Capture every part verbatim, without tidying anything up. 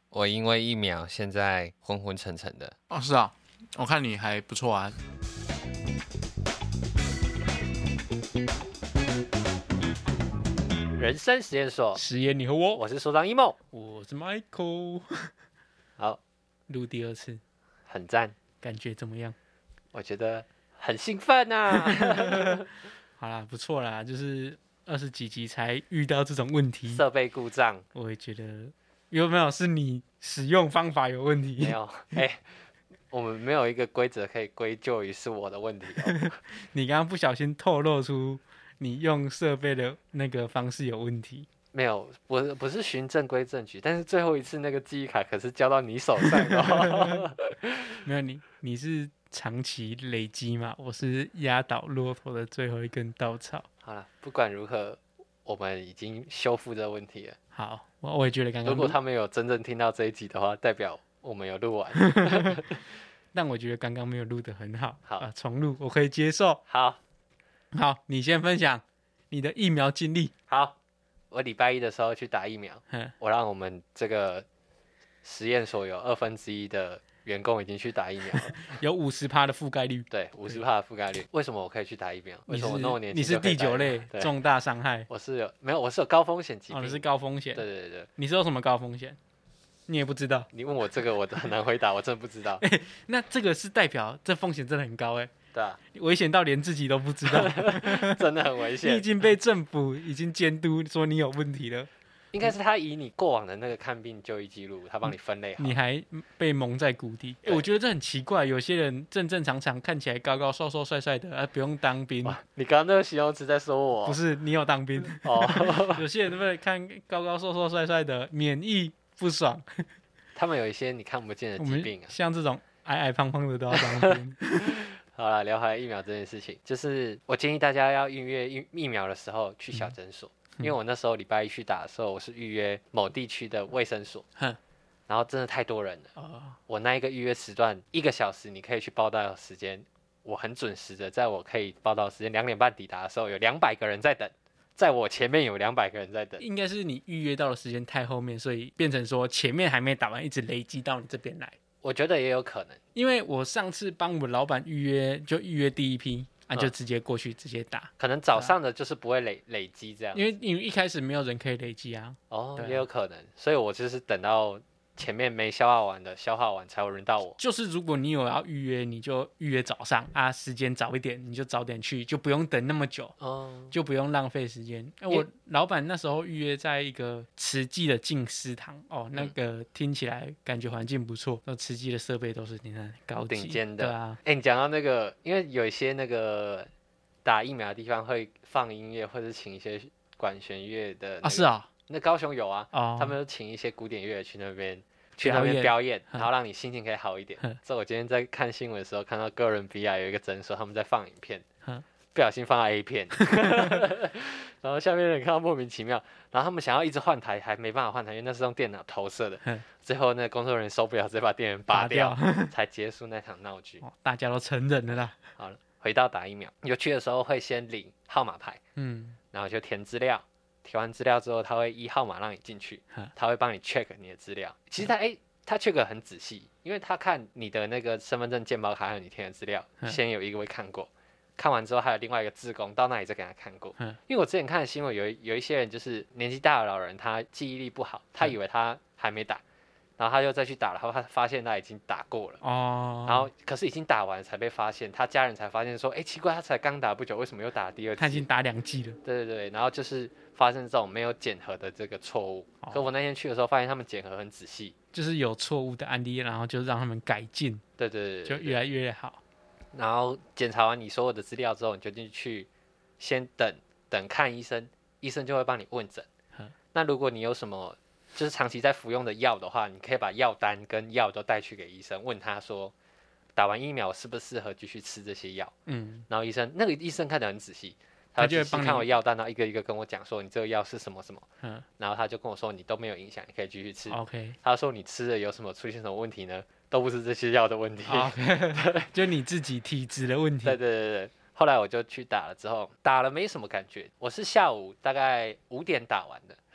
我因为疫苗现在昏昏沉沉的。 哦，是啊，我看你还不错啊。 人生实验所， 实验你和我， 我是所长 emo， 我是 Michael。 好， 录第二次， 很赞， 感觉怎么样？ 我觉得很兴奋啊。 好啦，不错啦，就是二十几集才遇到这种问题， 设备故障， 我也觉得有没有是你使用方法有问题？ 没有，哎、欸，我们没有一个规则可以归咎于是我的问题哦。 你刚刚不小心透露出你用设备的那个方式有问题。 没有，不不是循正规证据，但是最后一次那个记忆卡可是交到你手上的、哦。 没有你，你是长期累积嘛？我是压倒骆驼的最后一根稻草。 好了，不管如何，我们已经修复这个问题了。 好，我我也觉得刚刚。 如果他们有真正听到这一集的话，代表我们有录完。 但我觉得刚刚没有录得很好。 好啊，重录我可以接受。 好， 好，你先分享你的疫苗经历。 好。我礼拜一的时候去打疫苗，我让我们这个实验所有二分之一的员工已经去打疫苗了， 有五十趴的覆盖率， 对，五十趴的覆盖率。为什么我可以去打疫苗？为什么我那么年轻？ 你是第九类重大伤害， 我是有没有？我是有高风险疾病， 哦，你是高风险， 对对对对。 你是有什么高风险？你也不知道？ 你问我这个，我很难回答，我真的不知道。 欸、那这个是代表这风险真的很高哎、欸。 对啊， 危险到连自己都不知道， 真的很危险。 你已经被政府已经监督说你有问题了。 应该是他以你过往的那个看病就医记录，他帮你分类好。 你还被蒙在鼓底。欸、我觉得这很奇怪，有些人正正常常看起来高高瘦瘦帅帅的，啊，不用当兵。 你刚刚那个形容词在说我？ 不是，你有当兵。哦，有些人会看高高瘦瘦帅帅的，免疫不爽。 他们有一些你看不见的疾病啊， 像这种矮矮胖胖的都要当兵。 好了，聊回来疫苗这件事情，就是我建议大家要预约疫苗的时候去小诊所。嗯，因为我那时候礼拜一去打的时候，我是预约某地区的卫生所，然后真的太多人了。哦，我那一个预约时段一个小时，你可以去报到的时间，我很准时的，在我可以报到的时间两点半抵达的时候，有两百个人在等，在我前面有两百个人在等。 应该是你预约到的时间太后面，所以变成说前面还没打完，一直累积到你这边来。 我觉得也有可能， 因为我上次帮我老板预约，就预约第一批。啊，就直接过去直接打， 可能早上的就是不会累累积这样， 因为因为一开始没有人可以累积啊。 哦，也有可能，所以我就是等到前面没消化完的消化完才会轮到我。 就是如果你有要预约，你就预约早上啊，时间早一点你就早点去，就不用等那么久，哦，就不用浪费时间。欸、我老板那时候预约在一个慈济的静思堂，哦，那个听起来感觉环境不错，那慈济的设备都是你看高级顶尖的， 对啊。 哎、欸，你讲到那个，因为有一些那个打疫苗的地方会放音乐，或者请一些管弦乐的、那個、 啊，是啊， 那高雄有啊，哦、他们都请一些古典乐去那边。去那边表演，然后让你心情可以好一点。这我今天在看新闻的时候看到哥伦比亚有一个诊所，他们在放影片，不小心放到 A 片，然后下面的人看到莫名其妙，然后他们想要一直换台，还没办法换台，因为那是用电脑投射的。最后那个工作人员受不了，直接把电源拔掉，才结束那场闹剧。 哦，大家都承认了啦。 好了，回到打疫苗，你去的时候会先领号码牌，嗯，然后就填资料。填完资料之后，他会依号码让你进去，他会帮你 check 你的资料。其实他哎，他 check 很仔细，因为他看你的那个身份证、健保卡还有你填的资料，先有一个会看过，看完之后还有另外一个志工到那里再给他看过。因为我之前看的新闻有有一些人就是年纪大的老人，他记忆力不好，他以为他还没打，然后他就再去打，然后他发现他已经打过了，哦，然后可是已经打完才被发现，他家人才发现说，哎，奇怪，他才刚打不久，为什么又打第二剂？ 他已经打两剂了。 对对对，然后就是发生这种没有检核的这个错误。哦、可我那天去的时候，发现他们检核很仔细， 就是有错误的案例，然后就让他们改进。 对对 对, 对，就越来越好。 然后检查完你所有的资料之后，你就进去先等等看医生，医生就会帮你问诊。那如果你有什么就是长期在服用的药的话，你可以把药单跟药都带去给医生，问他说打完疫苗适不适合继续吃这些药。嗯，然后医生那个医生看得很仔细，他就会看我药单，然后一个一个跟我讲说你这个药是什么什么。嗯，然后他就跟我说你都没有影响，你可以继续吃。 OK， 他说你吃了有什么出现什么问题呢？都不是这些药的问题。 Okay, 就你自己体质的问题。 对对对对。后来我就去打了之后，打了没什么感觉。我是下午大概五点打完的。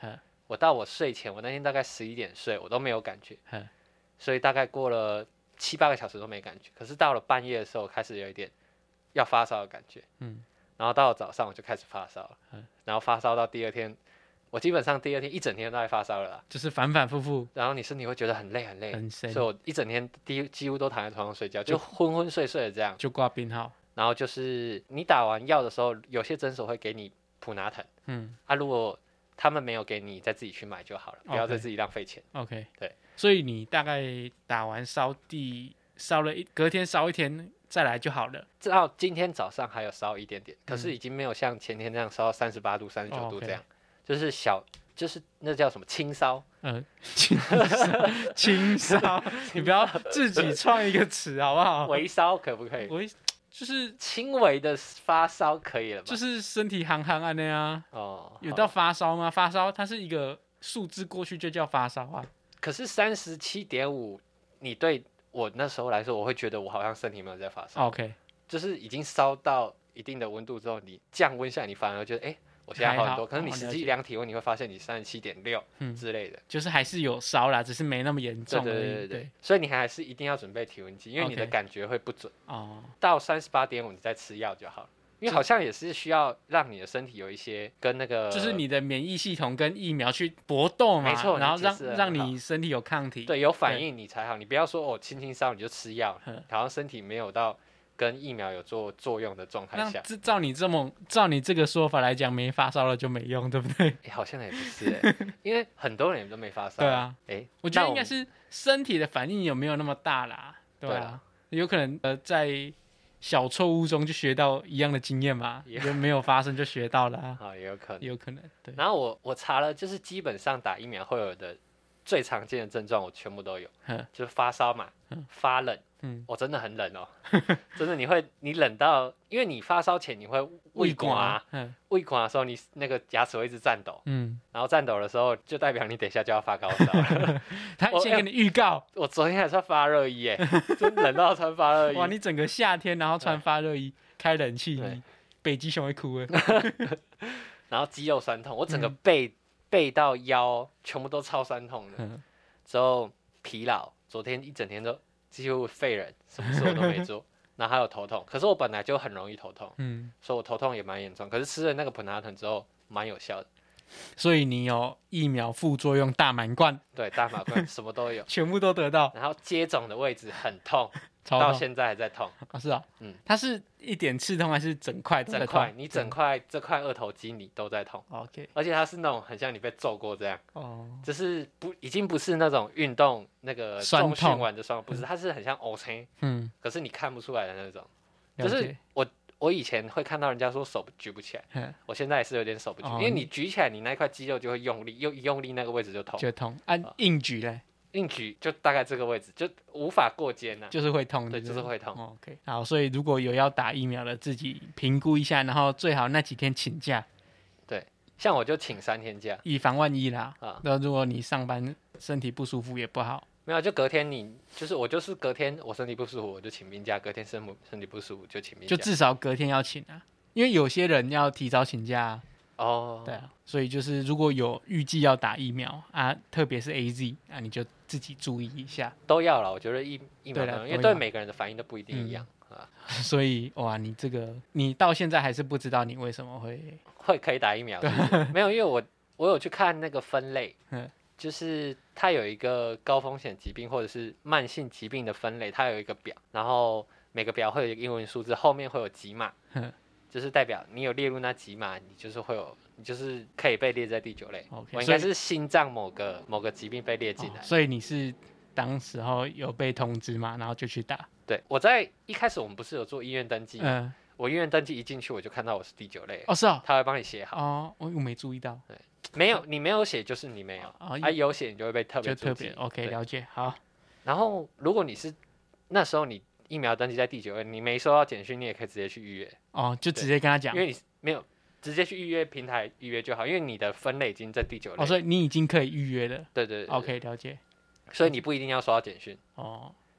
我到我睡前，我那天大概十一点睡，我都没有感觉，所以大概过了七八个小时都没感觉。可是到了半夜的时候，开始有一点要发烧的感觉，嗯，然后到了早上我就开始发烧了，嗯，然后发烧到第二天，我基本上第二天一整天都在发烧了啦， 就是反反复复， 然后你身体会觉得很累很累， 很深， 所以我一整天第几乎都躺在床上睡觉，就昏昏睡睡的这样， 就挂病号。 然后就是你打完药的时候，有些诊所会给你普拿疼，嗯，啊，如果他们没有给你，再自己去买就好了， okay. 不要再自己浪费钱。 OK， 对， 所以你大概打完烧第烧了一，隔天烧一天再来就好了。 直到今天早上还有烧一点点，可是已经没有像前天那样烧到三十八度、三十九度这样， okay. 就是小，就是那叫什么轻烧。嗯， 轻烧，轻烧，你不要自己创一个词好不好？ 微烧可不可以？ 微就是轻微的发烧可以了吧？ 就是身体寒寒的呀。哦，有到发烧吗？发烧它是一个数字过去就叫发烧啊。 可是三十七点五，你对我那时候来说，我会觉得我好像身体没有在发烧。 OK， 就是已经烧到一定的温度之后，你降温下来，你反而觉得哎。欸我现在好很多，可是你实际量体温，你会发现你三十七点六之类的， 就是还是有烧啦，只是没那么严重而已。 对对对 对, 对，所以你还是一定要准备体温计，因为你的感觉会不准。哦，到三十八点五你再吃药就好了，因为好像也是需要让你的身体有一些跟那个， 就是你的免疫系统跟疫苗去搏斗嘛， 没错， 然后让让你身体有抗体， 对，有反应你才好。你不要说哦，轻轻烧你就吃药，好像身体没有到。跟疫苗有做作用的状态下， 那照你这么照你这个说法来讲，没发烧了就没用，对不对？ 欸、好像也不是、欸，因为很多人都没发烧。 对啊， 哎、欸， 我觉得应该是身体的反应有没有那么大啦？对啊，对有可能呃在小错误中就学到一样的经验嘛，就没有发生就学到了啊。 啊，也有可能， 有可能。对。 然后我我查了，就是基本上打疫苗会有的最常见的症状，我全部都有，就是发烧嘛，发冷。嗯，我、哦、真的很冷哦，真的你会你冷到，因为你发烧前你会胃刮，胃刮的时候你那个牙齿会一直颤抖，嗯，然后颤抖的时候就代表你等一下就要发高烧了。 他先给你预告我，我昨天还穿发热衣耶，真冷到穿发热衣。 哇，你整个夏天然后穿发热衣开冷气，北极熊会哭了。 然后肌肉酸痛，我整个背、嗯、背到腰全部都超酸痛的，嗯、之后疲劳，昨天一整天都。几乎废人，什么事我都没做，然后还有头痛，可是我本来就很容易头痛，嗯，所以我头痛也蛮严重，可是吃了那个普拿疼之后蛮有效的。 所以你有疫苗副作用大满贯， 对，大满贯什么都有， 全部都得到。 然后接种的位置很痛，到现在还在痛。 啊，是啊，嗯，它是一点刺痛还是整块都在痛？ 整块，你整块这块二头肌你都在痛。 OK， 而且它是那种很像你被揍过这样，哦，就是不已经不是那种运动那个重训完的酸痛，不是，它是很像呕青，嗯，可是你看不出来的那种。就是我我以前会看到人家说手举不起来，我现在也是有点手不举，哦、因为你举起来，你那块肌肉就会用力，又一用力那个位置就痛， 就痛。按、啊、硬举嘞。 硬举就大概这个位置，就无法过肩呐、啊， 就是会痛， 对，就是会痛。 哦、OK， 好，所以如果有要打疫苗的，自己评估一下，然后最好那几天请假。 对，像我就请三天假， 以防万一啦。啊，那如果你上班身体不舒服也不好。 没有，就隔天你就是我就是隔天我身体不舒服我就请病假，隔天身身体不舒服就请病假， 就至少隔天要请啊，因为有些人要提早请假、啊。哦，对啊，所以就是如果有预计要打疫苗啊，特别是 A Z 啊，你就自己注意一下。 都要了，我觉得疫疫苗，因为对每个人的反应都不一定一样、嗯、啊。 所以哇，你这个你到现在还是不知道你为什么会会可以打疫苗是不是？没有，因为我我有去看那个分类，就是它有一个高风险疾病或者是慢性疾病的分类，它有一个表，然后每个表会有一个英文数字，后面会有几码。就是代表你有列入那几码，你就是会有，你就是可以被列在第九类。Okay, 我应该是心脏某个某个疾病被列进来、哦， 所以你是当时候有被通知嘛，然后就去打。 对，我在一开始我们不是有做医院登记，嗯，我医院登记一进去我就看到我是第九类。 哦，是哦， 他会帮你写好。 哦，我我没注意到。 对，没有你没有写就是你没有，哦、啊有写你就会被特别注记。 OK， 了解，好。 然后如果你是那时候你。疫苗登记在第九位，你没收到简讯，你也可以直接去预约。 哦，就直接跟他讲， 因为你没有直接去预约平台预约就好，因为你的分类已经在第九类。 哦，所以你已经可以预约了。 对对对, 对 ，OK， 了解。 所以你不一定要收到简讯。 哦，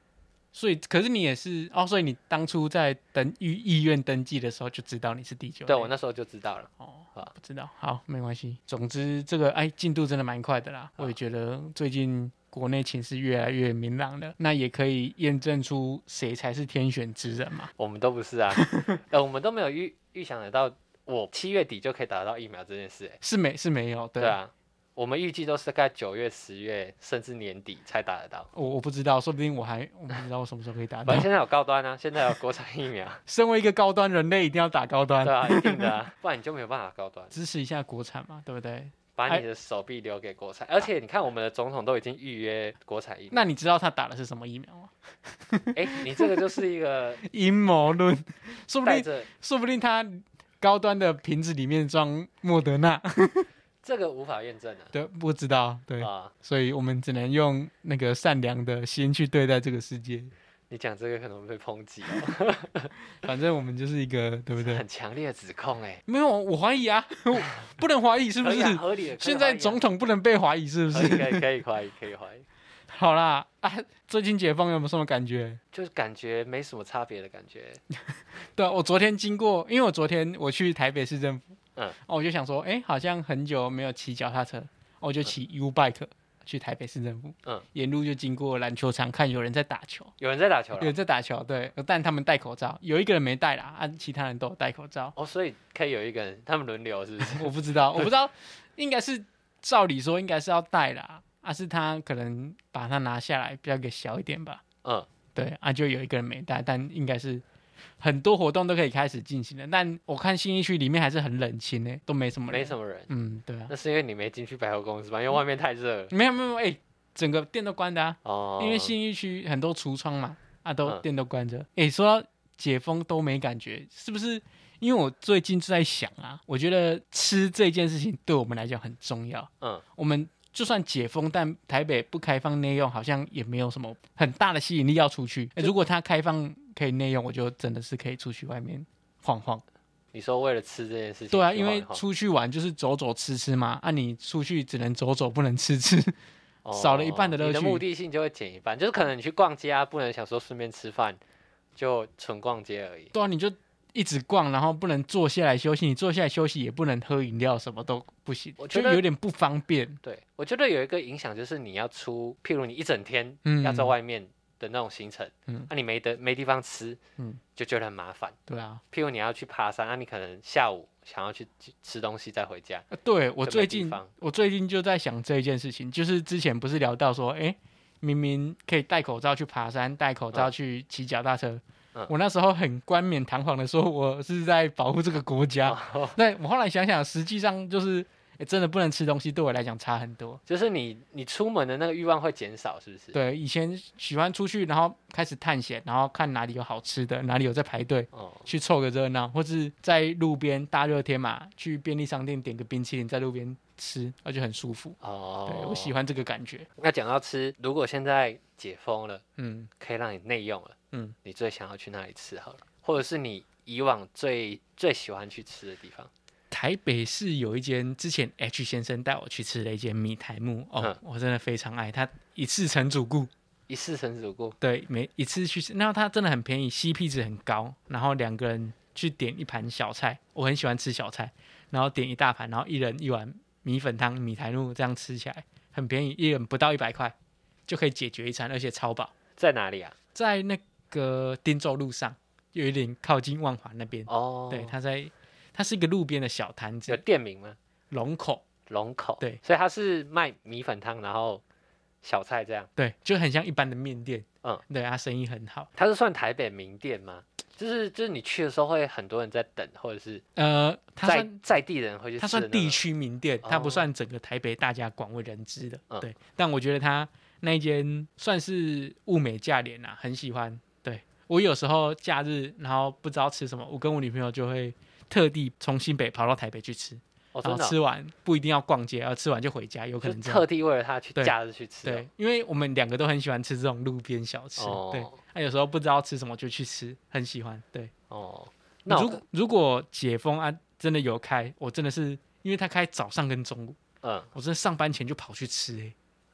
所以可是你也是哦，所以你当初在登意意愿登记的时候就知道你是第九类。 对，我那时候就知道了。 哦，不知道，好，没关系。总之这个哎进度真的蛮快的啦，我也觉得最近国内情势越来越明朗了，那也可以验证出谁才是天选之人嘛。 我们都不是啊，呃，我们都没有预预想得到我七月底就可以打到疫苗这件事、欸， 是没是没有，对， 对啊，我们预计都是大概九月、十月甚至年底才打得到。 我我不知道，说不定我还我不知道我什么时候可以打到。 反正现在有高端啊，现在有国产疫苗。 身为一个高端人类，一定要打高端。 对啊，一定的啊，不然你就没有办法高端。 支持一下国产嘛，对不对？ 把你的手臂留给国产，而且你看我们的总统都已经预约国产疫苗。 那你知道他打的是什么疫苗吗？ 哎、欸，你这个就是一个阴谋论，说不定说不定他高端的瓶子里面装莫德纳。 这个无法验证啊。 对，不知道，对、 啊， 所以我们只能用那个善良的心去对待这个世界。 你讲这个可能会被抨击哦。 反正我们就是一个，对不对？ 很强烈的指控哎、欸。 没有，我怀疑啊，不能怀疑是不是？ 啊、合理的。啊、 现在总统不能被怀疑是不是？ 可以可以怀疑，可以怀疑。 好啦，啊，最近解封有没有什么感觉？ 就是感觉没什么差别的感觉。 对啊，我昨天经过，因为我昨天我去台北市政府， 嗯， 我就想说，哎、欸，好像很久没有骑脚踏车，我就骑 U bike。去台北市政府，嗯，沿路就经过篮球场，看有人在打球， 有人在打球了， 有人在打球，对，但他们戴口罩，有一个人没戴啦，啊，其他人都有戴口罩。 哦，所以可以有一个人，他们轮流是不是？ 我不知道，我不知道，应该是照理说应该是要戴啦，啊，是他可能把它拿下来，比较给小一点吧。嗯，对，啊，就有一个人没戴，但应该是。很多活动都可以开始进行了，但我看信义区里面还是很冷清呢，都没什么人， 没什么人。 嗯，对啊。 那是因为你没进去百货公司吧？因为外面太热了。 没有没有，哎、欸，整个店都关的啊。 哦。 因为信义区很多橱窗嘛，啊，都、嗯、店都关着。哎、欸，说到解封都没感觉，是不是？因为我最近就在想啊，我觉得吃这件事情对我们来讲很重要。嗯。我们就算解封，但台北不开放内用，好像也没有什么很大的吸引力要出去。欸、如果它开放可以内用，我就真的是可以出去外面晃晃。 你说为了吃这件事情？ 对啊，因为出去玩就是走走吃吃嘛，啊，你出去只能走走，不能吃吃，哦、少了一半的乐趣。 你的目的性就会减一半，就是可能你去逛街啊，不能想说顺便吃饭，就纯逛街而已。 对啊，你就一直逛，然后不能坐下来休息，你坐下来休息也不能喝饮料，什么都不行，我觉得有点不方便。 对，我觉得有一个影响就是你要出，譬如你一整天要在外面的那种行程，嗯，那、啊、你没得没地方吃，嗯，就觉得很麻烦。 对啊， 譬如你要去爬山，那、啊、你可能下午想要去吃东西再回家。 啊、对我最近我最近就在想这一件事情，就是之前不是聊到说，哎，明明可以戴口罩去爬山，戴口罩去骑脚踏车。嗯嗯、我那时候很冠冕堂皇的说，我是在保护这个国家。哦、对，我后来想想，实际上就是真的不能吃东西，对我来讲差很多。 就是你你出门的那个欲望会减少，是不是？ 对，以前喜欢出去，然后开始探险，然后看哪里有好吃的，哪里有在排队，哦、去凑个热闹，或是在路边大热天嘛，去便利商店点个冰淇淋，在路边吃，而且很舒服。哦，对我喜欢这个感觉。 那讲到吃，如果现在解封了，嗯，可以让你内用了。嗯，你最想要去哪里吃好了？或者是你以往最最喜欢去吃的地方？ 台北市有一间，之前 H 先生带我去吃的一间米苔目哦，嗯、我真的非常爱它，一次成主顾， 一次成主顾， 对，每一次去吃，然后它真的很便宜 ，C P 值很高，然后两个人去点一盘小菜，我很喜欢吃小菜，然后点一大盘，然后一人一碗米粉汤、米苔目，这样吃起来很便宜，一人不到一百块就可以解决一餐，而且超饱。 在哪里啊？ 在那个汀州路上，有一点靠近万华那边。哦，对，它在，它是一个路边的小摊子。 有店名吗？ 龙口。 龙口。 对， 所以它是卖米粉汤，然后小菜这样。 对，就很像一般的面店。嗯，对，它生意很好。 它是算台北名店吗？就是就是你去的时候会很多人在等，或者是呃，它在在地人会去吃。 它算地区名店，它不算整个台北大家广为人知的。嗯、对，但我觉得它那一间算是物美价廉啊，很喜欢。对，我有时候假日然后不知道吃什么，我跟我女朋友就会特地从新北跑到台北去吃。 哦， 然后吃完不一定要逛街，然后吃完就回家，有可能这样。 特地为了他去假日去吃。 对，对，因为我们两个都很喜欢吃这种路边小吃。哦、对，那、啊、有时候不知道吃什么就去吃，很喜欢。对，哦，那如如果解封啊，真的有开，我真的是因为他开早上跟中午，嗯，我真的上班前就跑去吃、欸，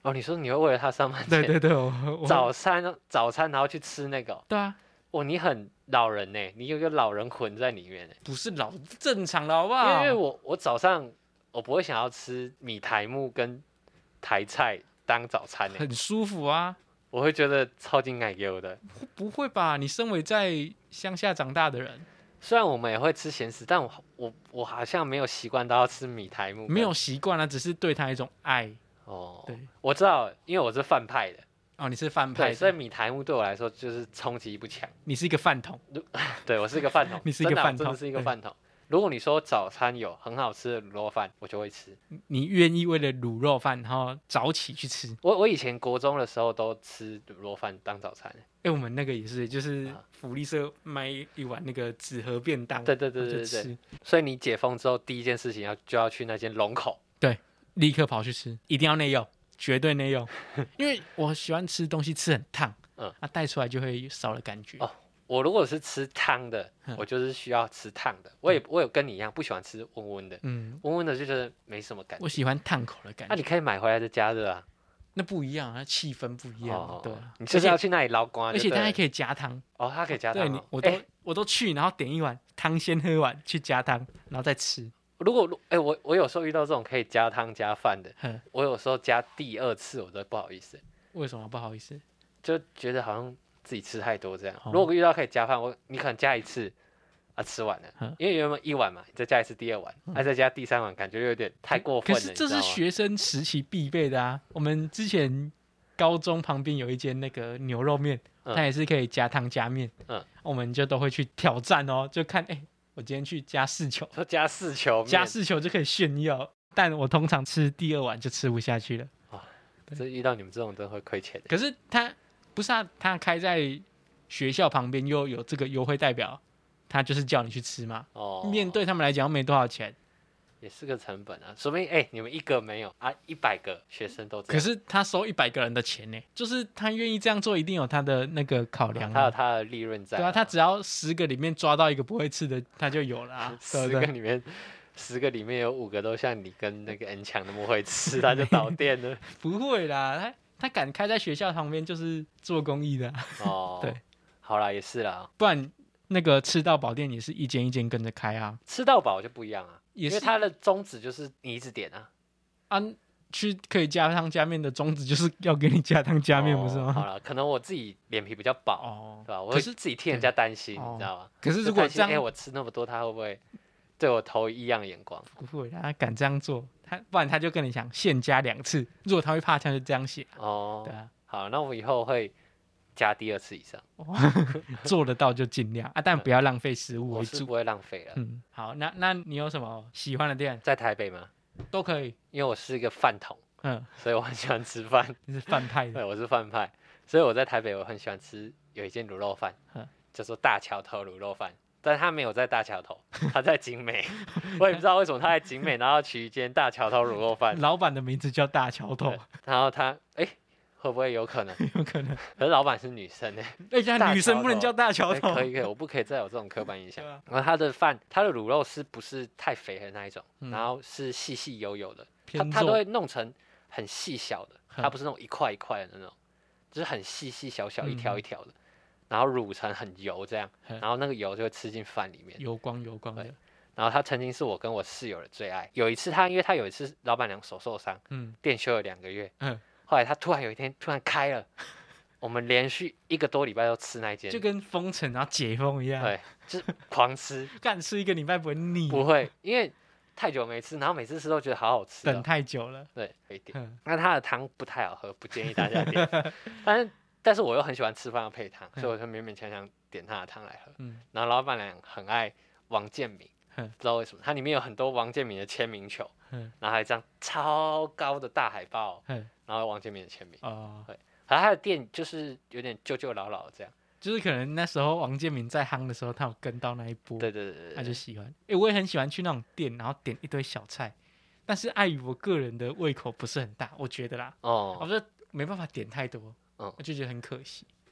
哦，你说你会为了他上班前？ 对对对，我我早餐早餐然后去吃那个、哦？ 对啊。 哦，你很老人呢，你有一个老人魂在里面呢。 不是老正常的好不好？ 因为我我早上我不会想要吃米苔目跟台菜当早餐呢， 很舒服啊。 我会觉得超级奶油的。 不会吧？你身为在乡下长大的人， 虽然我们也会吃咸食，但我我我好像没有习惯到要吃米苔目。 没有习惯啊，只是对他一种爱。 哦， 对， 我知道，因为我是饭派的。 哦，你是饭派的， 所以米苔目对我来说就是冲击不强。 你是一个饭桶， 对我是一个饭桶， 你是一个饭桶， 真的是一个饭桶。如果你说早餐有很好吃的卤肉饭，我就会吃。 你愿意为了卤肉饭然后早起去吃？ 我我以前国中的时候都吃卤肉饭当早餐。 哎、欸，我们那个也是，就是福利社卖一碗那个纸盒便当， 对对对对对对。所以你解封之后第一件事情要就要去那间龙口， 对，立刻跑去吃，一定要内用。绝对内用，因为我喜欢吃东西吃很烫，嗯，啊带出来就会少了感觉。 哦，我如果是吃汤的，嗯、我就是需要吃烫的。我也我有跟你一样不喜欢吃温温的，嗯，温温的就觉得没什么感觉。 我喜欢烫口的感觉。 那、啊、你可以买回来再加热啊。 那不一样，那气氛不一样，哦、对。 你就是要去那里捞光， 而且它还可以加汤。 哦，它可以加汤、哦。 对，我都、欸、我都去，然后点一碗汤先喝完，去加汤，然后再吃。 如果哎、欸，我我有时候遇到这种可以加汤加饭的，我有时候加第二次我都不好意思。 为什么不好意思？ 就觉得好像自己吃太多这样。哦、如果遇到可以加饭，我你可能加一次啊吃完了，因为原本一碗嘛，你再加一次第二碗，还、啊、再加第三碗，感觉有点太过分了。 可是这是学生时期必备的啊！我们之前高中旁边有一间那个牛肉面，嗯、它也是可以加汤加面，嗯，我们就都会去挑战哦，就看哎。欸我今天去加四球， 说加四球， 加四球就可以炫耀，但我通常吃第二碗就吃不下去了。 哇，这遇到你们这种真会亏钱的。 可是他不是啊，他开在学校旁边又有这个优惠代表，他就是叫你去吃嘛。哦，面对他们来讲没多少钱， 也是个成本啊。说明哎、欸，你们一个没有啊，一百个学生都这样。 可是他收一百个人的钱呢，就是他愿意这样做，一定有他的那个考量、啊啊，他有他的利润在、啊。 对啊，他只要十个里面抓到一个不会吃的，他就有了、啊。 十个里面，十个里面有五个都像你跟那个恩强那么会吃，他就倒店了。 不会啦，他他敢开在学校旁边就是做公益的、啊。哦，对， 好啦，也是啦， 不然那个吃到饱店也是一间一间跟着开啊。 吃到饱就不一样啊。因为它的宗旨就是你一直点啊， 啊，去可以加汤加面的宗旨就是要给你加汤加面，不是吗？ 哦、好了，可能我自己脸皮比较薄，哦、对吧？我是自己替人家担心，你知道吗？ 可是如果这样， 哎、欸，我吃那么多，他会不会对我投异样眼光？ 不会，他敢这样做，他不然他就跟你讲限加两次，如果他会怕，他就这样写。哦，对啊。 好，那我以后会加第二次以上， 做得到就尽量啊，但不要浪费食物为主。 我是不会浪费了。 嗯，好，那那你有什么喜欢的店？ 在台北吗？ 都可以， 因为我是一个饭桶，嗯，所以我很喜欢吃饭。 你是饭派的？ 对，我是饭派，所以我在台北我很喜欢吃有一间卤肉饭，叫做大桥头卤肉饭，但他没有在大桥头，他在景美，我也不知道为什么他在景美，然后取一间大桥头卤肉饭。 老板的名字叫大桥头， 然后他哎。欸会不会有可能？ 有可能。 可是老板是女生哎， 哎呀，女生不能叫大桥头。 欸、可以可以，我不可以再有这种刻板印象。啊、然后他的饭，他的卤肉是不是太肥的那一种？嗯、然后是细细油油的，他他都会弄成很细小的，它不是那种一块一块的那种，就是很细细小小一条一条的，嗯、然后卤成很油这样，然后那个油就会吃进饭里面， 油光油光的。 然后他曾经是我跟我室友的最爱。有一次他，因为他有一次老板娘手受伤，嗯，店休了两个月，嗯。后来他突然有一天突然开了，我们连续一个多礼拜都吃那一间， 就跟封城然后解封一样， 对，就是狂吃， 干吃一个礼拜不会腻， 不会，因为太久没吃，然后每次吃都觉得好好吃、 哦，等太久了， 对，一点。那他的汤不太好喝，不建议大家点，但是但是我又很喜欢吃饭要配汤，所以我就勉勉强强点他的汤来喝。嗯，然后老板娘很爱王建民。不知道为什么，它里面有很多王建民的签名球，然后还有一张超高的大海报，然后王建民的签名。哦，对，然后他的店就是有点旧旧老老这样， 就是可能那时候王建民在夯的时候，他有跟到那一波， 对对 对, 对， 他就喜欢。哎，我也很喜欢去那种店，然后点一堆小菜，但是碍于我个人的胃口不是很大，我觉得啦，哦，我觉得没办法点太多，嗯，我就觉得很可惜。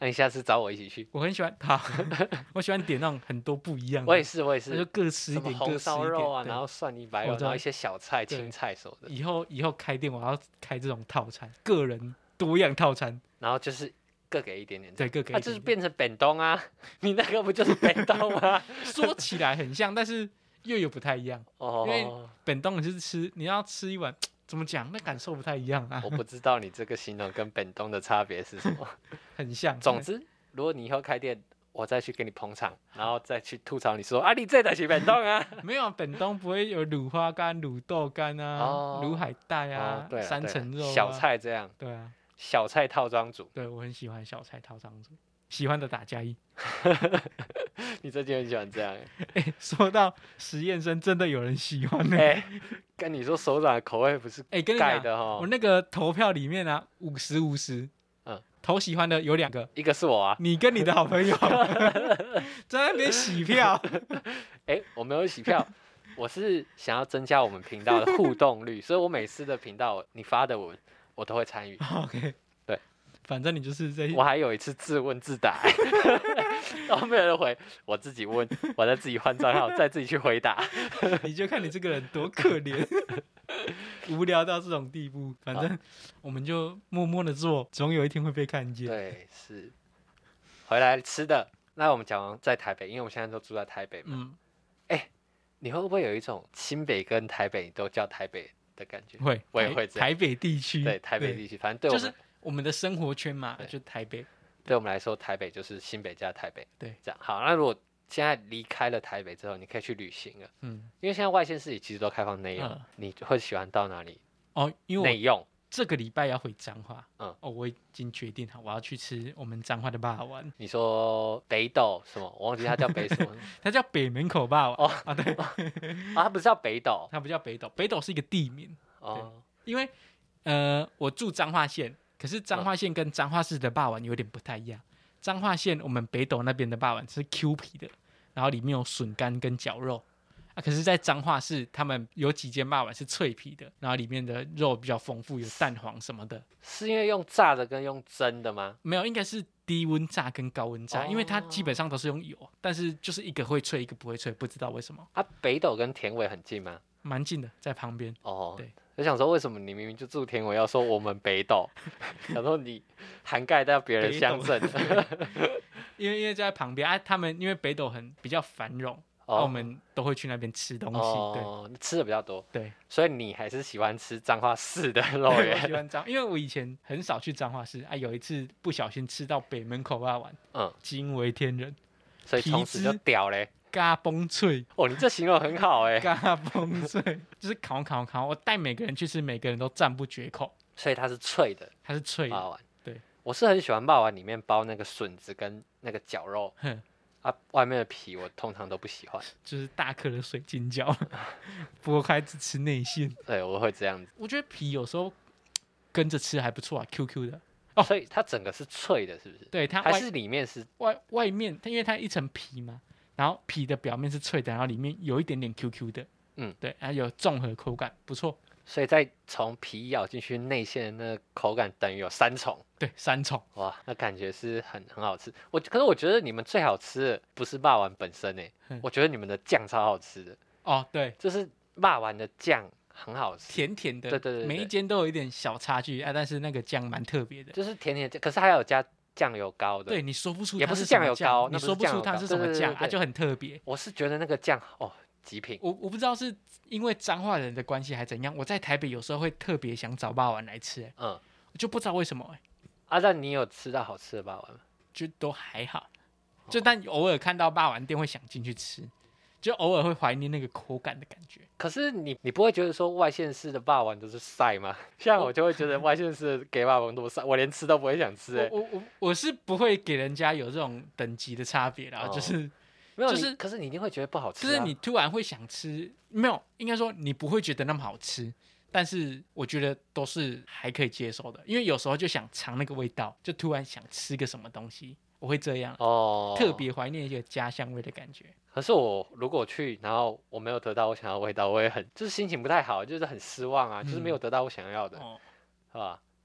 那你下次找我一起去。 我很喜欢，好，我喜欢点那种很多不一样的。 我也是，我也是， 就各吃一点， 红烧肉啊， 然后蒜泥白肉，然后一些小菜、青菜什么的。 以后以后开店，我要开这种套餐，个人多样套餐， 然后就是各给一点点。 对，各给一点点。 那就是变成本东啊，你那个不就是本东吗？ 说起来很像，但是又有不太一样。哦，因为本东你是吃，你要吃一碗。怎么讲？那感受不太一样啊！ 我不知道你这个形容跟本东的差别是什么。 很像。 总之，如果你以后开店，我再去给你捧场，然后再去吐槽你说啊，你这的是本东啊？ 没有，本东不会有卤花干、卤豆干啊、卤、哦、海带啊、哦、三层肉、啊、 小菜这样。 对啊， 小菜套装组。 对，我很喜欢小菜套装组，喜欢的打加一。 你最近很喜欢这样哎、欸，说到实验生，真的有人喜欢呢、欸。 跟你说，首长的口味不是盖的哈、 欸。我那个投票里面啊，五十五十，嗯，投喜欢的有两个， 一个是我啊， 你跟你的好朋友在那边洗票。 哎、欸，我没有洗票，我是想要增加我们频道的互动率，所以我每次的频道你发的文，我都会参与。 OK。 反正你就是在， 我还有一次自问自答，然后没有人回，我自己问，我再自己换账号，再自己去回答。 你就看你这个人多可怜，无聊到这种地步。反正我们就默默的做，总有一天会被看见。 对，是。回来吃的，那我们讲完在台北，因为我们现在都住在台北嘛。嗯。哎、欸，你会不会有一种新北跟台北都叫台北的感觉？ 会， 我也会这样。 台北地区， 对，台北地区，反正对我们。 就是我们的生活圈嘛，就台北。 对我们来说，台北就是新北加台北。 对， 这样好。那如果现在离开了台北之后，你可以去旅行了。嗯，因为现在外县市里其实都开放内用，嗯、你会喜欢到哪里？ 哦，因为内用这个礼拜要回彰化。嗯，哦，我已经决定好，我要去吃我们彰化的肉丸。 你说北斗什么？我忘记它叫北什么。 它叫北门口肉丸。哦啊，对。 啊，它不是叫北斗， 它不叫北斗，北斗是一个地名。哦，因为呃，我住彰化县。可是彰化县跟彰化市的肉丸有点不太一样。彰化县我们北斗那边的肉丸是 Q 皮的，然后里面有笋干跟绞肉啊。可是，在彰化市他们有几间肉丸是脆皮的，然后里面的肉比较丰富，有蛋黄什么的。 是因为用炸的跟用蒸的吗？ 没有，应该是低温炸跟高温炸，哦、因为它基本上都是用油，但是就是一个会脆，一个不会脆，不知道为什么。 啊，北斗跟田尾很近吗？ 蛮近的，在旁边。 哦， 对。 我想说，为什么你明明就住田尾，要说我们北斗？想说你涵盖到别人乡镇， 因为因为在旁边啊，他们因为北斗很比较繁荣，哦啊、我们都会去那边吃东西， 哦、对，吃的比较多， 对， 所以你还是喜欢吃彰化市的肉圆。 我喜欢彰，因为我以前很少去彰化市啊，有一次不小心吃到北门口肉丸，嗯，惊为天人， 所以从此就屌嘞。 嘎嘣脆哦，你这形容很好哎、欸。 嘎嘣脆就是烤烤烤，我帶每个人去吃，每个人都赞不绝口。 所以它是脆的， 它是脆的肉丸。 对， 我是很喜欢肉丸里面包那个笋子跟那个绞肉，啊，外面的皮我通常都不喜欢， 就是大颗的水晶饺，剥开只吃内馅。 对，我会这样子。 我觉得皮有时候跟着吃还不错啊 ，Q Q 的。 哦，所以它整个是脆的，是不是？ 对，它还是里面是外外面，它因为它一层皮嘛。然后皮的表面是脆的，然后里面有一点点 Q Q 的，嗯，对，然后有综合口感，不错。 所以再从皮咬进去内馅的那个口感等于有三重， 对，三重， 哇，那感觉是很很好吃。我可是我觉得你们最好吃的不是肉丸本身诶，我觉得你们的酱超好吃的。 哦，对， 就是肉丸的酱很好吃， 甜甜的， 对对 对, 对， 每一间都有一点小差距啊，但是那个酱蛮特别的， 就是甜甜的，可是还有加酱油膏的， 对，你说不出也不是酱油膏， 你说不出它是什么酱啊，就很特别。 我是觉得那个酱哦，极品。 我我不知道是因为彰化人的关系还怎样，我在台北有时候会特别想找肉丸来吃，哎，嗯，我就不知道为什么，哎。 阿赞，你有吃到好吃的肉丸吗？ 就都还好，就但偶尔看到肉丸店会想进去吃。就偶尔会怀念那个口感的感觉。 可是你你不会觉得说外县市的肉丸都是晒吗？像我就会觉得外县市的给肉丸都晒，我连吃都不会想吃、欸。 我我我是不会给人家有这种等级的差别啦，哦、就是没有， 就是， 可是你一定会觉得不好吃、啊。 就是你突然会想吃，没有，应该说你不会觉得那么好吃，但是我觉得都是还可以接受的，因为有时候就想尝那个味道，就突然想吃个什么东西。我会这样哦，特别怀念一个家乡味的感觉。 可是我如果去，然后我没有得到我想要的味道，我也很就是心情不太好，就是很失望啊，嗯、就是没有得到我想要的，哦、是吧？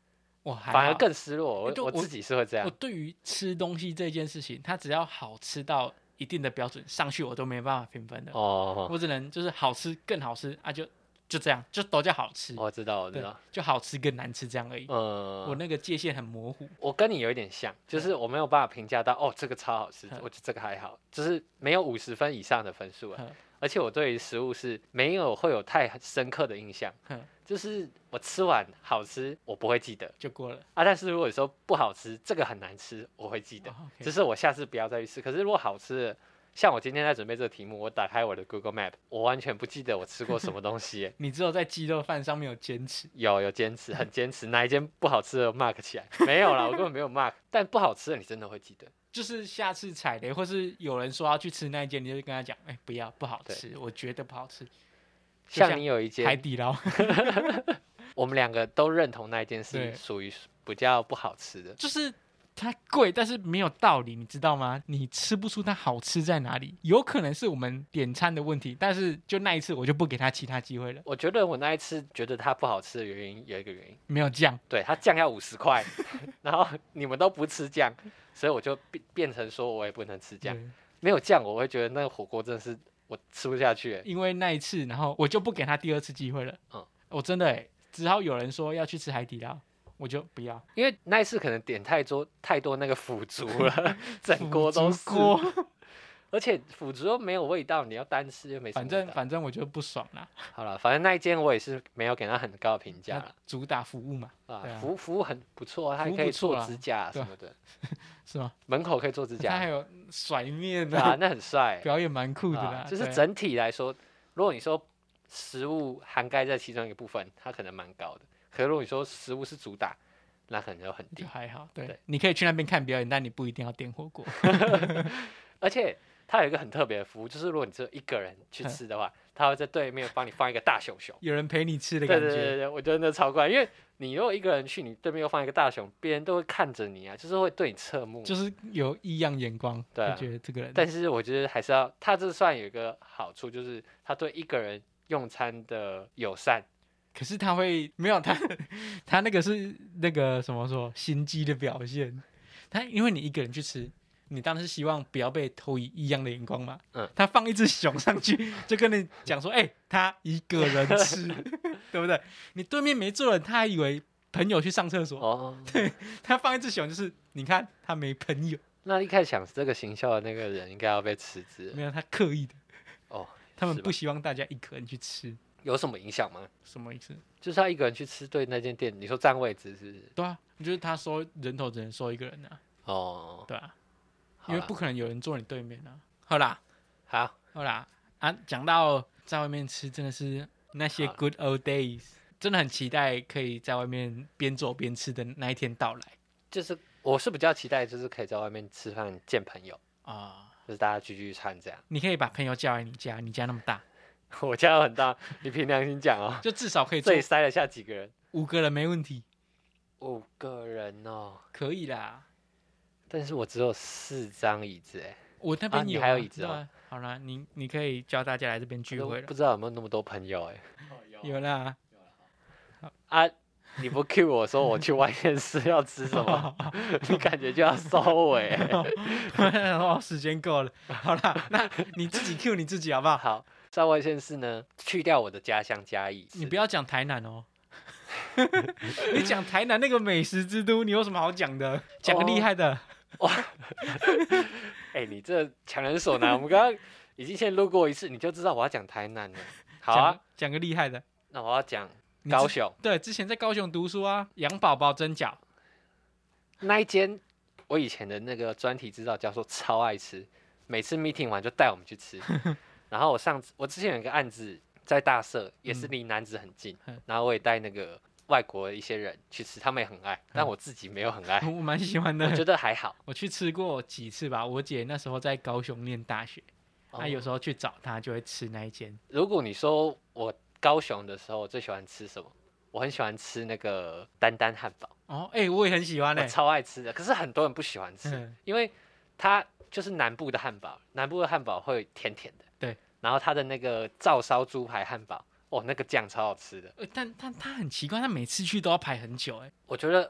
我还反而更失落。我我我自己是会这样。 我对于吃东西这件事情，它只要好吃到一定的标准上去，我都没办法评分的。哦，我只能就是好吃更好吃啊，就就这样，就都叫好吃。 我知道，我知道， 就好吃跟难吃这样而已。嗯，我那个界限很模糊。 我跟你有一点像，就是我没有办法评价到哦，这个超好吃，我觉得这个还好，就是没有五十分以上的分数了。而且我对于食物是没有会有太深刻的印象，就是我吃完好吃，我不会记得就过了啊。但是如果说不好吃，这个很难吃，我会记得，哦 okay、只是我下次不要再去吃。可是如果好吃的，像我今天在准备这个题目，我打开我的 Google Map， 我完全不记得我吃过什么东西。 你只有在鸡肉饭上面有坚持， 有有坚持，很坚持，哪一间不好吃的 mark 起来？没有啦，我根本没有 mark。但不好吃的你真的会记得。 就是下次踩雷，或是有人说要去吃那一间，你就跟他讲，哎、欸，不要，不好吃，我觉得不好吃。 像你有一间海底捞， 我们两个都认同那一件是属于比较不好吃的， 就是它贵，但是没有道理，你知道吗？你吃不出它好吃在哪里，有可能是我们点餐的问题，但是就那一次，我就不给他其他机会了。 我觉得我那一次觉得它不好吃的原因有一个原因， 没有酱， 对，它酱要五十块，然后你们都不吃酱。所以我就变变成说，我也不能吃酱，没有酱，我会觉得那个火锅真的是我吃不下去。 因为那一次，然后我就不给他第二次机会了。嗯，我真的哎，只好有人说要去吃海底捞，我就不要， 因为那一次可能点太多太多那个腐竹了，整锅都是。而且腐竹又没有味道，你要单吃又没什么味道。 反正反正我就不爽啦。 好了，反正那一间我也是没有给他很高的评价了。 主打服务嘛， 啊，服务服务很不错，他还可以做指甲什么的， 是吗？ 门口可以做指甲， 他还有甩面的啊，那很帅， 表演蛮酷的啦。 啊、就是整体来说，如果你说食物涵盖在其中一个部分，它可能蛮高的。可是如果你说食物是主打，那可能就很低。 就还好，对，对你可以去那边看表演，但你不一定要点火锅。 而且它有一个很特别的服务，就是如果你只有一个人去吃的话，他会在对面帮你放一个大熊熊， 有人陪你吃的感觉。 对对对对，我觉得那超怪，因为你如果一个人去，你对面又放一个大熊，别人都会看着你啊，就是会对你侧目， 就是有异样眼光。对、啊，觉得这个人。 但是我觉得还是要，他这算有一个好处，就是他对一个人用餐的友善。 可是他会没有他，他那个是那个什么说心机的表现。他因为你一个人去吃。你当然是希望不要被投以异样的眼光嘛。嗯，他放一只熊上去，就跟你讲说，哎、欸，他一个人吃，对不对？你对面没坐人，他还以为朋友去上厕所。哦，对，他放一只熊，就是你看他没朋友。 那一开始想这个行销的那个人应该要被辞职。 没有，他刻意的。哦，他们不希望大家一个人去吃。 有什么影响吗？ 什么意思？ 就是他一个人去吃，对那间店，你说占位置是不是？ 对啊，就是他收人头只能收一个人啊。哦，对啊。因为不可能有人坐你对面啊。好啦， 好， 好啦啊！讲到在外面吃，真的是那些 good old days， 真的很期待可以在外面边走边吃的那一天到来。 就是我是比较期待，就是可以在外面吃饭见朋友啊，就是大家聚聚餐这样。 你可以把朋友叫来你家，你家那么大， 我家很大，你凭良心讲哦， 就至少可以这里塞得下几个人？ 五个人没问题。 五个人哦， 可以啦。 但是我只有四张椅子哎， 我那边有、 啊、还有椅子哦。 好啦，你你可以叫大家来这边聚会了。 不知道有没有那么多朋友哎？ 有啦。 啊，你不 cue 我说我去外县市要吃什么，你感觉就要收尾。 哦，时间够了。好啦，那你自己 cue 你自己好不好？ 好，在外县市呢，去掉我的家乡嘉义。 你不要讲台南哦。你讲台南那个美食之都，你有什么好讲的？讲个厉害的。哇！ 哎、欸，你这强人所难。我们刚刚已经先录过一次，你就知道我要讲台南了。好啊， 讲个厉害的。 那我要讲高雄。 对，之前在高雄读书啊，杨宝宝蒸饺那一间，我以前的那个专题指导教授超爱吃，每次 meeting 完就带我们去吃。然后我上次，我之前有一个案子在大社，也是离南子很近，嗯、然后我也带那个。外国的一些人去吃，他们也很爱，但我自己没有很爱。 我蛮喜欢的， 我觉得还好。 我去吃过几次吧，我姐那时候在高雄念大学，她、哦、有时候去找她就会吃那一间。 如果你说我高雄的时候，我最喜欢吃什么？我很喜欢吃那个丹丹汉堡。 哦，哎、欸，我也很喜欢、欸， 我超爱吃的。可是很多人不喜欢吃，嗯、因为它就是南部的汉堡，南部的汉堡会甜甜的。 对。 然后它的那个照烧猪排汉堡。哦，那个酱超好吃的， 但但他很奇怪，他每次去都要排很久哎。 我觉得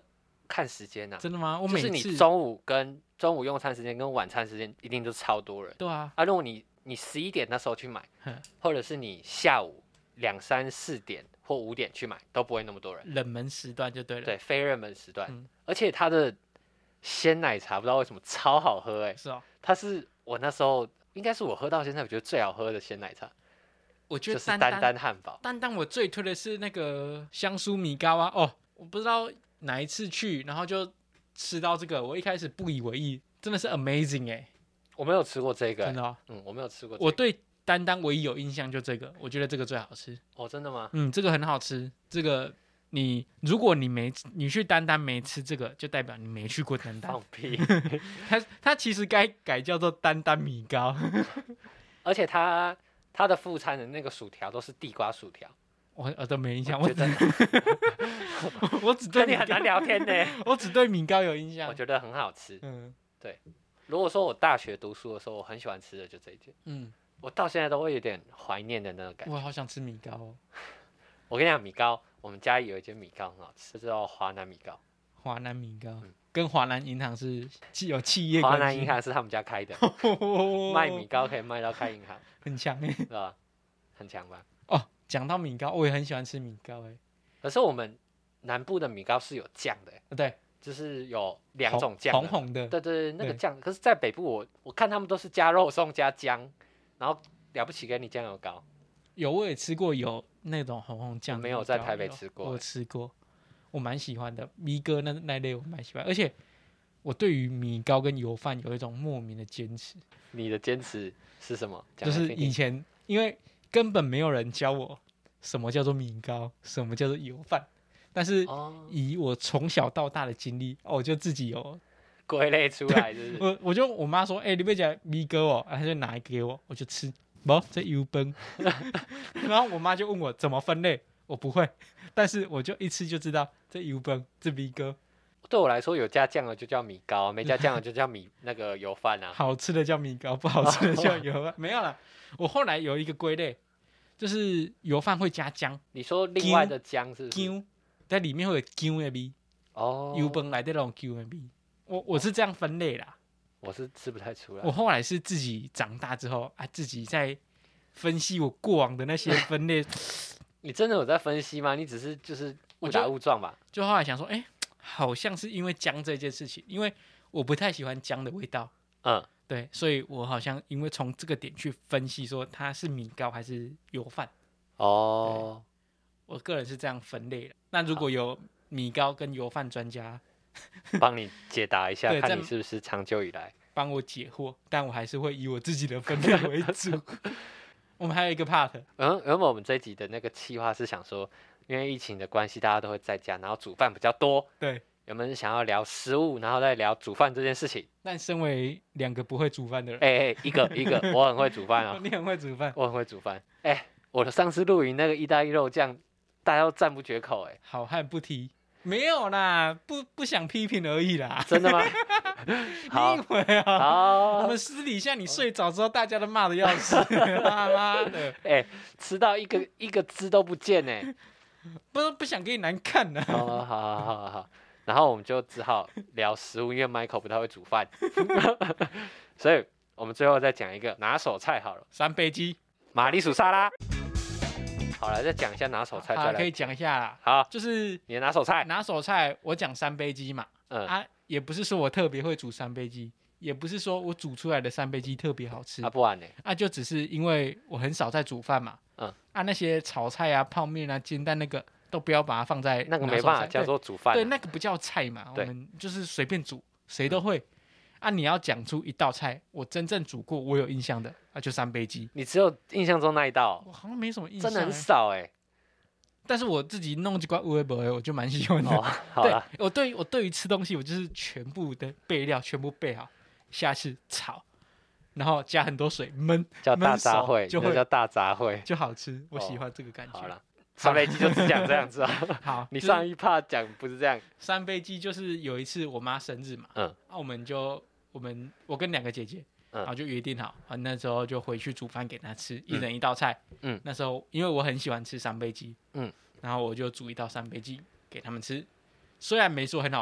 看时间呐、啊。 真的吗？我每次就是你中午跟中午用餐时间跟晚餐时间一定都超多人。 对啊。 啊，如果你你十一点那时候去买，或者是你下午两三四点或五点去买，都不会那么多人。 冷门时段就对了。 对，非热门时段，嗯、而且它的鲜奶茶不知道为什么超好喝哎、欸。 是哦。 它是我那时候应该是我喝到现在我觉得最好喝的鲜奶茶。 我觉得就是丹丹汉堡。 丹丹我最推的是那个香酥米糕啊！哦，我不知道哪一次去，然后就吃到这个，我一开始不以为意，真的是 amazing 哎、欸！ 我没有吃过这个、欸， 真的、哦， 嗯，我没有吃过、這個。 我对丹丹唯一有印象就这个，我觉得这个最好吃。 哦，真的吗？ 嗯，这个很好吃。这个你如果你没你去丹丹没吃这个，就代表你没去过丹丹。 放屁！ 它它其实该改叫做丹丹米糕， 而且它。它的副餐的那个薯条都是地瓜薯条， 我我都没印象， 我觉得我只对跟你很难聊天呢， 我只对米糕有印象， 我觉得很好吃。 嗯， 对。如果说我大学读书的时候，我很喜欢吃的就这一件，嗯，我到现在都会有点怀念的那个感觉。 我好想吃米糕哦。 我跟你讲，米糕，我们家有一间米糕很好吃，叫华南米糕。 华南米糕。嗯，跟华南银行是有企业关系。 华南银行是他们家开的，卖米糕可以卖到开银行， 很强哎、欸， 是吧？很强吧？ 哦，讲到米糕，我也很喜欢吃米糕哎、欸。 可是我们南部的米糕是有酱的、欸， 对， 就是有两种酱， 红红的， 对对对，那个酱。可是，在北部我我看他们都是加肉松加姜，然后了不起给你酱油膏。 有，我也吃过有那种红红酱， 没有在台北吃过， 我吃过。我蛮喜欢的，米哥那那类我蛮喜欢，而且我对於米糕跟油饭有一种莫名的坚持。 你的坚持是什么？ 就是以前因为根本没有人教我什么叫做米糕，什么叫做油饭，但是以我从小到大的经历，哦，我就自己有归类出来是不是。 我我就我妈说，哎、欸，你要吃米糕哦，她就拿给我，我就吃，不，这油饭。然后我妈就问我怎么分类。我不会，但是我就一吃就知道这油饭这米糕。 对我来说，有加酱的就叫米糕，没加酱的就叫米那个油饭啊。 好吃的叫米糕，不好吃的叫油饭。没有啦，我后来有一个归类，就是油饭会加姜。 你说另外的姜是不是？ 姜在里面会有姜的味。哦。油饭来的那种姜的味，我我是这样分类啦。 我是吃不太出来。 我后来是自己长大之后啊，自己在分析我过往的那些分类。 你真的有在分析吗？你只是就是误打误撞吧。 就后来想说，哎、欸，好像是因为姜这件事情，因为我不太喜欢姜的味道，嗯，对，所以我好像因为从这个点去分析说它是米糕还是油饭。哦，我个人是这样分类的。那如果有米糕跟油饭专家， 帮你解答一下，看你是不是长久以来帮我解惑，但我还是会以我自己的分类为主。我们还有一个 part， 嗯，原本我们这一集的那个企划是想说，因为疫情的关系，大家都会在家，然后煮饭比较多。 对， 原本是想要聊食物，然后再聊煮饭这件事情。 但身为两个不会煮饭的人， 哎哎、欸欸，一个一个，我很会煮饭哦。 你很会煮饭， 我很会煮饭。哎、欸，我的上次露营那个意大利肉酱，大家都赞不绝口。哎， 好汉不提。没有啦，不不想批评而已啦。 真的吗？ 好，你以为啊？ 好， 我们私底下你睡着之后，大家都骂的要死，他妈的！ 哎、欸，吃到一个一个汁都不见哎， 不不想给你难看呢、啊。 好好好好好，然后我们就只好聊食物，因为 Michael 不太会煮饭，所以我们最后再讲一个拿手菜好了， 三杯鸡、 马铃薯沙拉。好了，再讲一下拿手菜，再来可以讲一下啦。 好， 就是你的拿手菜。 拿手菜，我讲三杯鸡嘛。嗯啊，也不是说我特别会煮三杯鸡，也不是说我煮出来的三杯鸡特别好吃啊，不然呢？ 啊，就只是因为我很少在煮饭嘛。嗯。啊，那些炒菜啊、泡面啊、煎蛋那个都不要把它放在那个没办法叫做煮饭、啊。 对，那个不叫菜嘛，我们就是随便煮，谁都会。啊，你要讲出一道菜，我真正煮过，我有印象的啊，就三杯鸡。 你只有印象中那一道？ 我好像没什么印象、欸， 真的很少哎、欸。 但是我自己弄几罐乌龟博，我就蛮喜欢的。 哦、好对，我对我对于吃东西，我就是全部的备料全部备好，下次炒，然后加很多水焖， 叫大杂烩， 就会叫大杂烩， 就好吃。我喜欢这个感觉。 哦、好了，三杯鸡就只讲这样子啊。 好， 你上一趴讲不是这样。 三杯鸡就是有一次我妈生日嘛，嗯，啊，我们就我们我跟两个姐姐。然后就约定好，啊，那时候就回去煮饭给她吃，一人一道菜。嗯，那时候因为我很喜欢吃三杯鸡，嗯，然后我就煮一道三杯鸡给他们吃。虽然没说很好吃，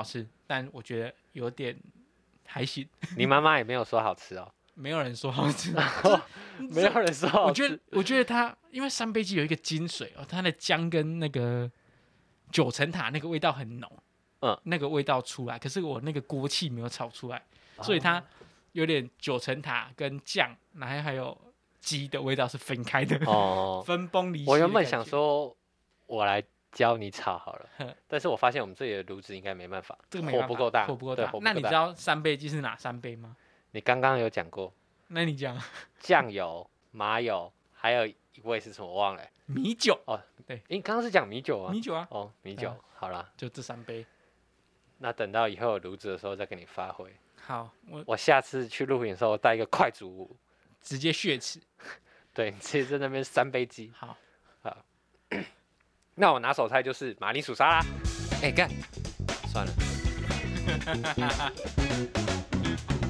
但我觉得有点还行。 你妈妈也没有说好吃哦。 没有人说好吃， 没有人说好吃。 我觉得，我觉得它因为三杯鸡有一个精髓哦，它的姜跟那个九层塔那个味道很浓，嗯，那个味道出来，可是我那个锅气没有炒出来，哦、所以它有点九层塔跟酱，然后还有鸡的味道是分开的，哦，分崩离析。 我原本想说，我来教你炒好了，但是我发现我们这里的炉子应该没办法， 这个火不够大， 火不够大。那你知道三杯鸡是哪三杯吗？ 你刚刚有讲过， 那你讲酱油、麻油，还有一味是什么我忘了、欸？ 米酒哦，对，你刚刚是讲米酒啊？ 米酒啊， 哦，米酒，啊、好啦， 就这三杯。 那等到以后有炉子的时候再给你发挥。 好，我我下次去露营的时候带一个快煮壶， 直接血池。 对，直接在那边三杯鸡。 好， 好。那我拿手菜就是马铃薯沙拉。 哎、欸，干，算了。